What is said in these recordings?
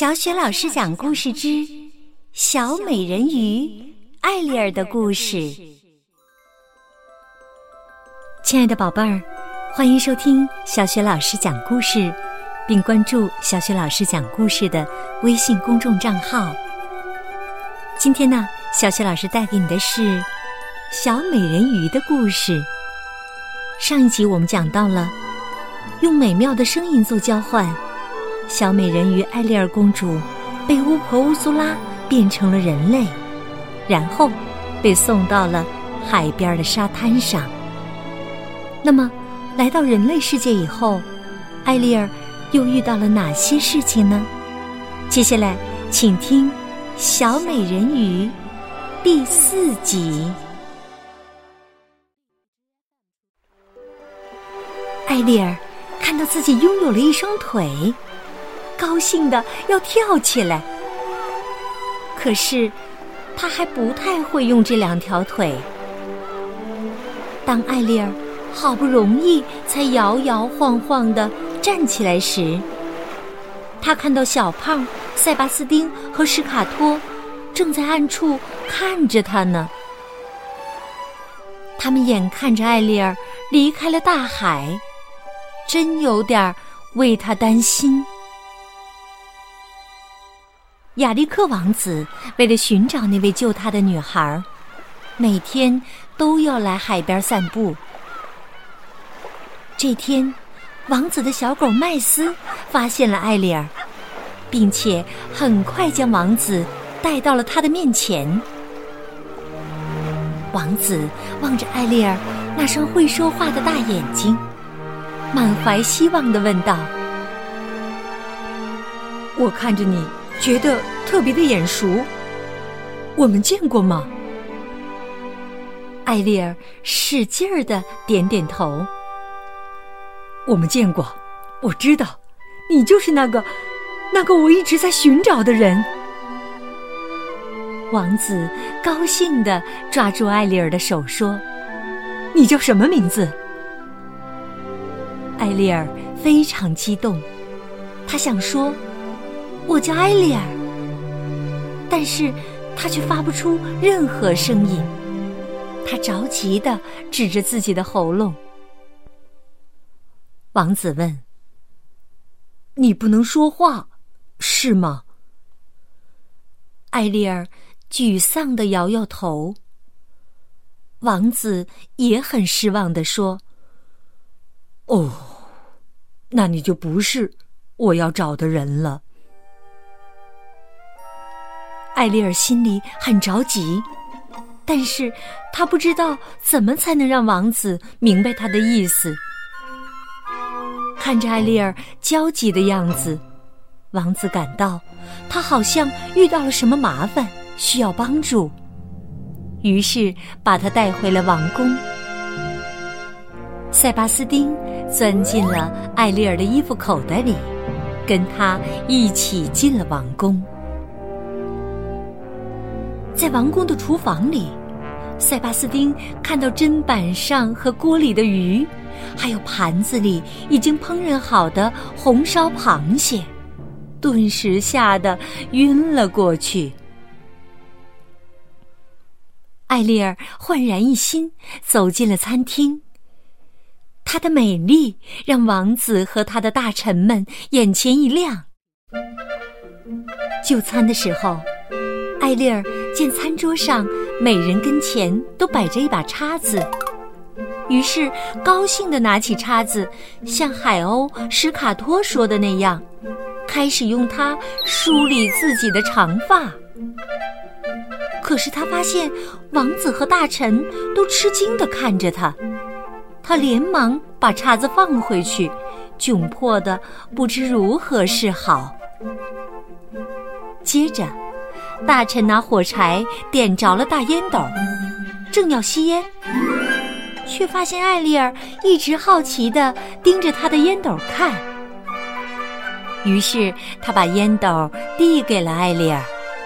小雪老师讲故事之小美人鱼艾丽儿的故事。亲爱的宝贝儿，欢迎收听小雪老师讲故事，并关注小雪老师讲故事的微信公众账号。今天呢，小雪老师带给你的是小美人鱼的故事。上一集我们讲到了用美妙的声音做交换，小美人鱼艾丽儿公主被巫婆乌苏拉变成了人类，然后被送到了海边的沙滩上。那么来到人类世界以后，艾丽儿又遇到了哪些事情呢？接下来请听小美人鱼第4集。艾丽儿看到自己拥有了一双腿，高兴地要跳起来。可是她还不太会用这2条腿。当艾丽儿好不容易才摇摇晃晃地站起来时，她看到小胖、塞巴斯丁和史卡托正在暗处看着她呢。他们眼看着艾丽儿离开了大海，真有点为她担心。亚历克王子为了寻找那位救他的女孩，每天都要来海边散步。这天，王子的小狗麦斯发现了艾丽儿，并且很快将王子带到了他的面前。王子望着艾丽儿那双会说话的大眼睛，满怀希望地问道：我看着你觉得特别的眼熟，我们见过吗？艾丽儿使劲儿地点点头。我们见过，我知道，你就是那个我一直在寻找的人。王子高兴地抓住艾丽儿的手说：你叫什么名字？艾丽儿非常激动，她想说我叫艾丽儿，但是她却发不出任何声音。她着急地指着自己的喉咙。王子问：你不能说话，是吗？艾丽儿沮丧地摇摇头。王子也很失望地说：哦，那你就不是我要找的人了。艾丽儿心里很着急，但是她不知道怎么才能让王子明白她的意思。看着艾丽儿焦急的样子，王子感到她好像遇到了什么麻烦，需要帮助，于是把她带回了王宫。塞巴斯丁钻进了艾丽儿的衣服口袋里，跟她一起进了王宫。在王宫的厨房里，塞巴斯丁看到砧板上和锅里的鱼，还有盘子里已经烹饪好的红烧螃蟹，顿时吓得晕了过去。艾丽儿焕然一新，走进了餐厅。她的美丽让王子和他的大臣们眼前一亮。就餐的时候，艾丽儿见餐桌上每人跟前都摆着一把叉子，于是高兴地拿起叉子，像海鸥史卡托说的那样，开始用它梳理自己的长发。可是他发现王子和大臣都吃惊地看着他，他连忙把叉子放回去，窘迫得不知如何是好。接着大臣拿火柴点着了大烟斗，正要吸烟，却发现艾丽儿一直好奇地盯着他的烟斗看。于是他把烟斗递给了艾丽儿。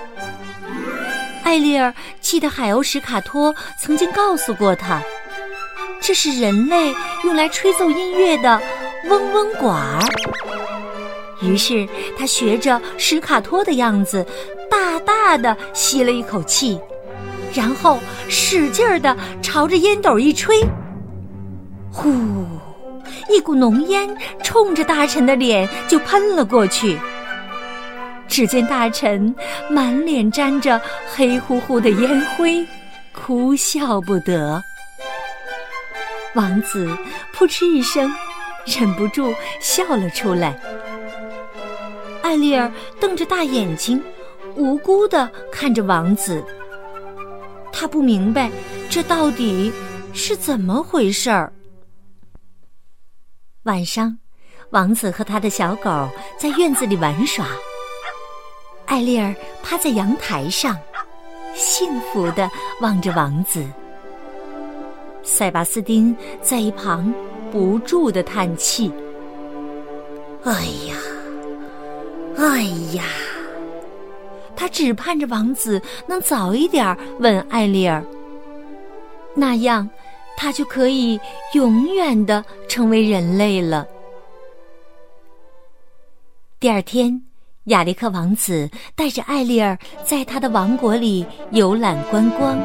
艾丽儿记得海鸥史卡托曾经告诉过她，这是人类用来吹奏音乐的嗡嗡管。 于是他学着史卡托的样子，大大的吸了一口气，然后使劲儿地朝着烟斗一吹，呼，一股浓烟冲着大臣的脸就喷了过去。只见大臣满脸沾着黑乎乎的烟灰，哭笑不得。王子扑哧一声，忍不住笑了出来。艾丽儿瞪着大眼睛，无辜地看着王子。他不明白这到底是怎么回事儿。晚上，王子和他的小狗在院子里玩耍。艾丽儿趴在阳台上，幸福地望着王子。塞巴斯丁在一旁不住地叹气：“哎呀，哎呀！”他只盼着王子能早一点吻艾丽儿，那样他就可以永远地成为人类了。第二天，亚历克王子带着艾丽儿在他的王国里游览观光。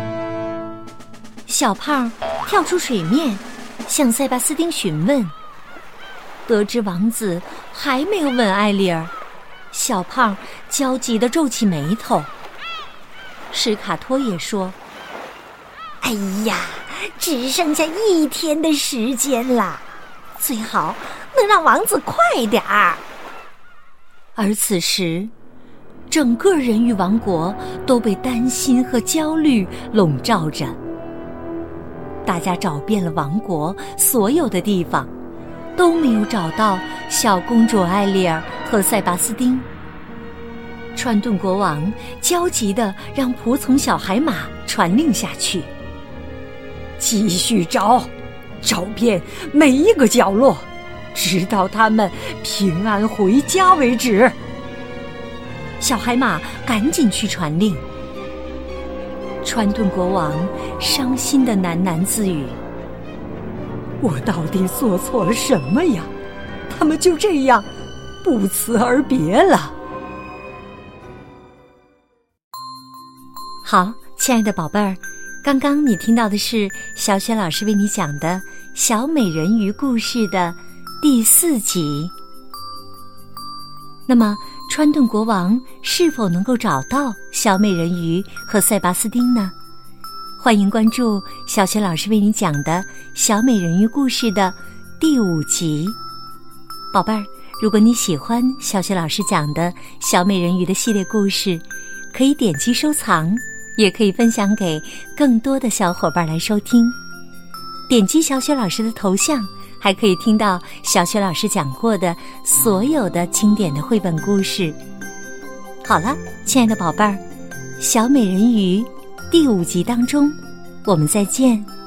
小胖跳出水面，向塞巴斯丁询问。得知王子还没有吻艾丽儿，小胖焦急地皱起眉头。史卡托也说：“哎呀，只剩下1天的时间了，最好能让王子快点儿。”而此时，整个人鱼王国都被担心和焦虑笼罩着。大家找遍了王国所有的地方，都没有找到小公主艾丽儿和塞巴斯丁。川顿国王焦急地让仆从小海马传令下去：“继续找遍每一个角落，直到他们平安回家为止。”小海马赶紧去传令。川顿国王伤心地喃喃自语：“我到底做错了什么呀？他们就这样不辞而别了。”好，亲爱的宝贝儿，刚刚你听到的是小雪老师为你讲的小美人鱼故事的第4集。那么川顿国王是否能够找到小美人鱼和塞巴斯丁呢？欢迎关注小雪老师为你讲的小美人鱼故事的第5集。宝贝儿，如果你喜欢小雪老师讲的小美人鱼的系列故事，可以点击收藏，也可以分享给更多的小伙伴来收听。点击小雪老师的头像，还可以听到小雪老师讲过的所有的经典的绘本故事。好了，亲爱的宝贝儿，小美人鱼第5集当中，我们再见。